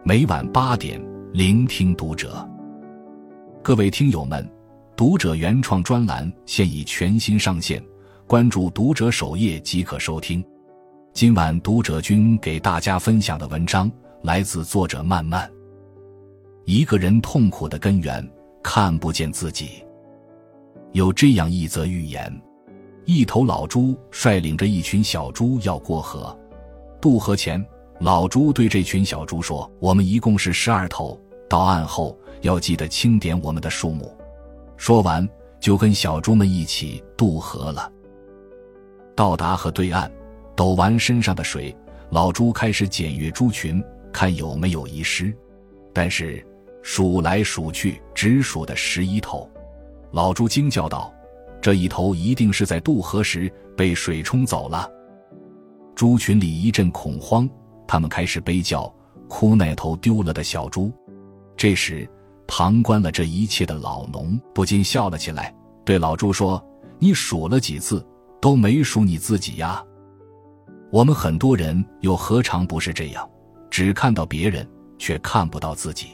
每晚8点，聆听读者。各位听友们，读者原创专栏现已全新上线，关注读者首页即可收听。今晚读者君给大家分享的文章来自作者漫漫。一个人痛苦的根源，看不见自己。有这样一则寓言，一头老猪率领着一群小猪要过河。渡河前，老猪对这群小猪说，我们一共是12头，到岸后要记得清点我们的数目。说完就跟小猪们一起渡河了。到达河对岸，抖完身上的水，老猪开始检阅猪群，看有没有遗失。但是数来数去，只数的11头。老猪惊叫道，这一头一定是在渡河时被水冲走了。猪群里一阵恐慌，他们开始悲叫，哭那头丢了的小猪。这时旁观了这一切的老农不禁笑了起来，对老猪说，你数了几次，都没数你自己呀。我们很多人又何尝不是这样，只看到别人，却看不到自己。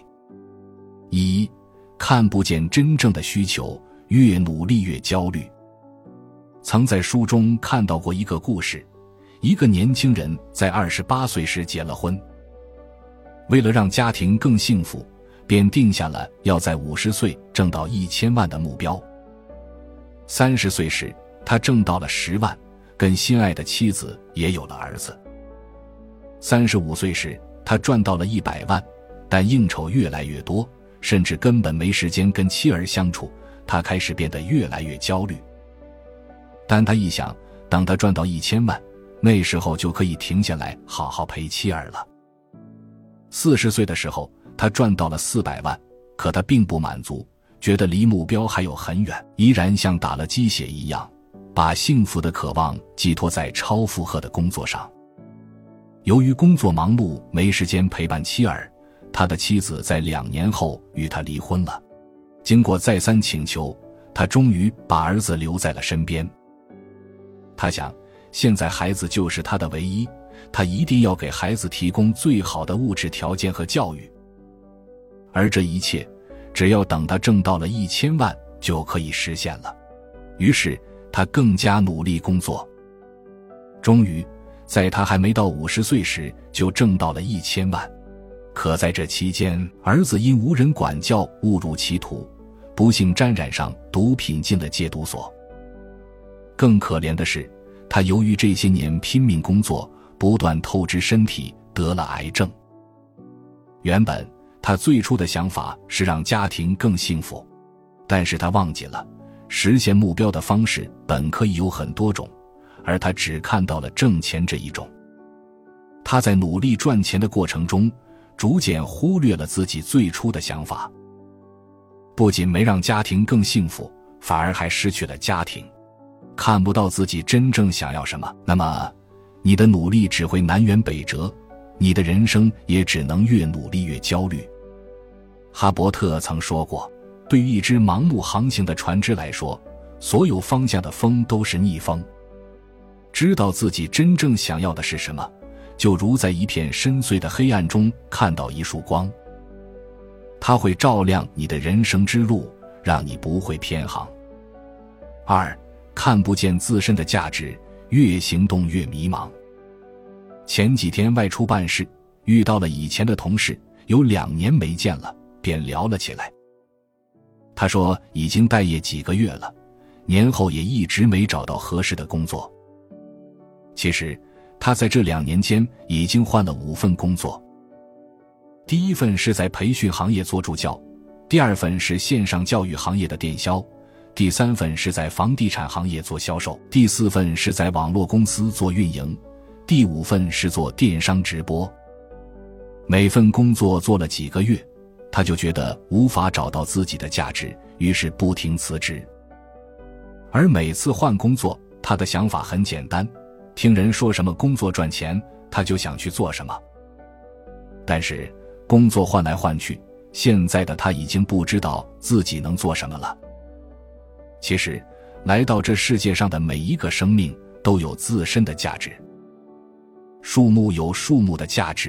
看不见真正的需求，越努力越焦虑。曾在书中看到过一个故事，一个年轻人在28岁时结了婚，为了让家庭更幸福，便定下了要在50岁挣到1000万的目标。30岁时，他挣到了10万，跟心爱的妻子也有了儿子。35岁时，他赚到了100万，但应酬越来越多，甚至根本没时间跟妻儿相处，他开始变得越来越焦虑。但他一想，等他赚到1000万，那时候就可以停下来好好陪妻儿了。40岁的时候，他赚到了400万，可他并不满足，觉得离目标还有很远，依然像打了鸡血一样，把幸福的渴望寄托在超负荷的工作上。由于工作忙碌，没时间陪伴妻儿，他的妻子在2年后与他离婚了。经过再三请求，他终于把儿子留在了身边。他想，现在孩子就是他的唯一，他一定要给孩子提供最好的物质条件和教育。而这一切，只要等他挣到了1000万，就可以实现了。于是，他更加努力工作。终于，在他还没到50岁时，就挣到了1000万。可在这期间，儿子因无人管教误入歧途，不幸沾染上毒品，进了戒毒所。更可怜的是，他由于这些年拼命工作，不断透支身体，得了癌症。原本他最初的想法是让家庭更幸福，但是他忘记了，实现目标的方式本可以有很多种，而他只看到了挣钱这一种。他在努力赚钱的过程中，逐渐忽略了自己最初的想法，不仅没让家庭更幸福，反而还失去了家庭。看不到自己真正想要什么，那么你的努力只会南辕北辙，你的人生也只能越努力越焦虑。哈伯特曾说过，对于一只盲目航行的船只来说，所有方向的风都是逆风。知道自己真正想要的是什么，就如在一片深邃的黑暗中看到一束光，它会照亮你的人生之路，让你不会偏航。看不见自身的价值，越行动越迷茫。前几天外出办事，遇到了以前的同事，有2年没见了，便聊了起来。他说已经待业几个月了，年后也一直没找到合适的工作。其实他在这2年间已经换了5份工作。第一份是在培训行业做助教，第2份是线上教育行业的电销，第3份是在房地产行业做销售，第4份是在网络公司做运营，第5份是做电商直播。每份工作做了几个月，他就觉得无法找到自己的价值，于是不停辞职。而每次换工作，他的想法很简单，听人说什么工作赚钱，他就想去做什么。但是工作换来换去，现在的他已经不知道自己能做什么了。其实，来到这世界上的每一个生命都有自身的价值。树木有树木的价值，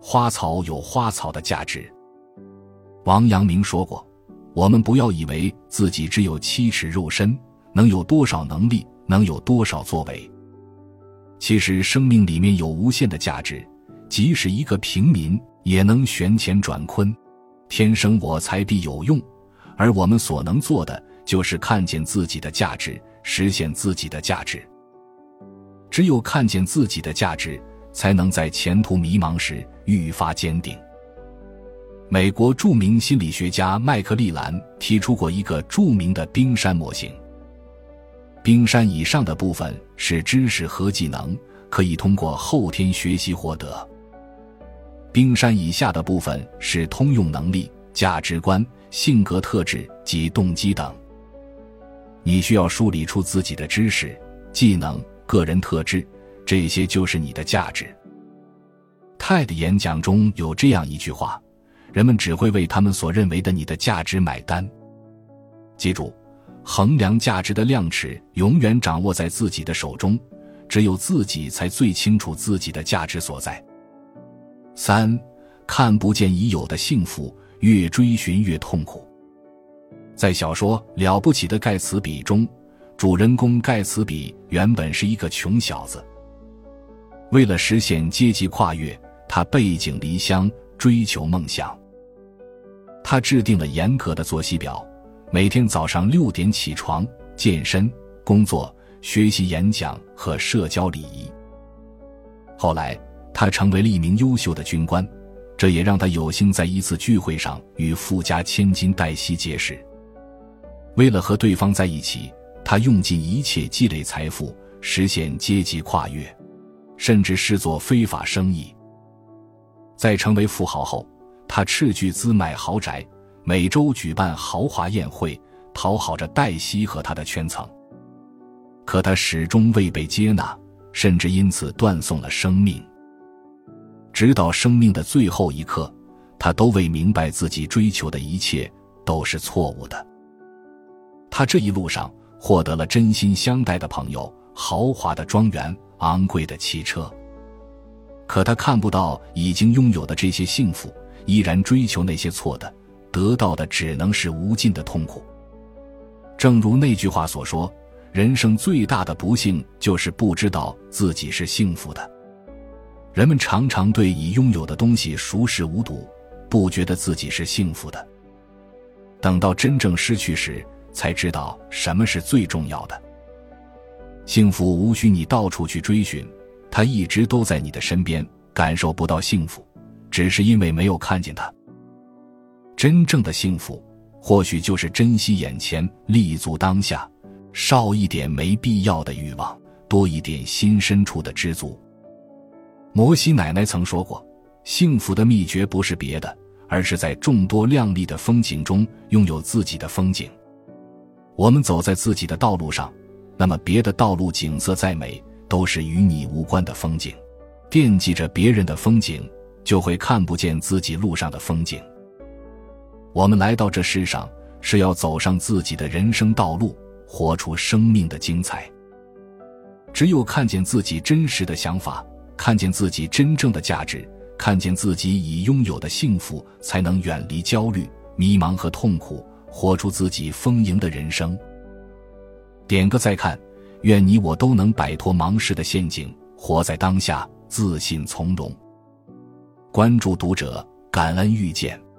花草有花草的价值。王阳明说过，我们不要以为自己只有7尺肉身，能有多少能力，能有多少作为。其实生命里面有无限的价值，即使一个平民也能旋乾转坤。天生我材必有用，而我们所能做的就是看见自己的价值，实现自己的价值。只有看见自己的价值，才能在前途迷茫时愈发坚定。美国著名心理学家麦克利兰提出过一个著名的冰山模型。冰山以上的部分是知识和技能，可以通过后天学习获得。冰山以下的部分是通用能力、价值观、性格特质及动机等。你需要梳理出自己的知识、技能、个人特质，这些就是你的价值。泰的演讲中有这样一句话，人们只会为他们所认为的你的价值买单。记住，衡量价值的量尺永远掌握在自己的手中，只有自己才最清楚自己的价值所在。3. 看不见已有的幸福，越追寻越痛苦。在小说《了不起的盖茨比》中，主人公盖茨比原本是一个穷小子，为了实现阶级跨越，他背井离乡，追求梦想。他制定了严格的作息表，每天早上6点起床，健身、工作、学习演讲和社交礼仪。后来他成为了一名优秀的军官，这也让他有幸在一次聚会上与富家千金黛西结识。为了和对方在一起，他用尽一切积累财富，实现阶级跨越，甚至试做非法生意。在成为富豪后，他斥巨资买豪宅，每周举办豪华宴会，讨好着黛西和他的圈层。可他始终未被接纳，甚至因此断送了生命。直到生命的最后一刻，他都未明白自己追求的一切都是错误的。他这一路上获得了真心相待的朋友、豪华的庄园、昂贵的汽车，可他看不到已经拥有的这些幸福，依然追求那些错的，得到的只能是无尽的痛苦。正如那句话所说，人生最大的不幸就是不知道自己是幸福的。人们常常对已拥有的东西熟视无睹，不觉得自己是幸福的。等到真正失去时，才知道什么是最重要的。幸福无需你到处去追寻，它一直都在你的身边，感受不到幸福，只是因为没有看见它。真正的幸福，或许就是珍惜眼前，立足当下，少一点没必要的欲望，多一点心深处的知足。摩西奶奶曾说过，幸福的秘诀不是别的，而是在众多亮丽的风景中拥有自己的风景。我们走在自己的道路上，那么别的道路景色再美，都是与你无关的风景。惦记着别人的风景，就会看不见自己路上的风景。我们来到这世上，是要走上自己的人生道路，活出生命的精彩。只有看见自己真实的想法，看见自己真正的价值，看见自己已拥有的幸福，才能远离焦虑、迷茫和痛苦，活出自己丰盈的人生。点个再看，愿你我都能摆脱忙事的陷阱，活在当下，自信从容。关注读者，感恩遇见。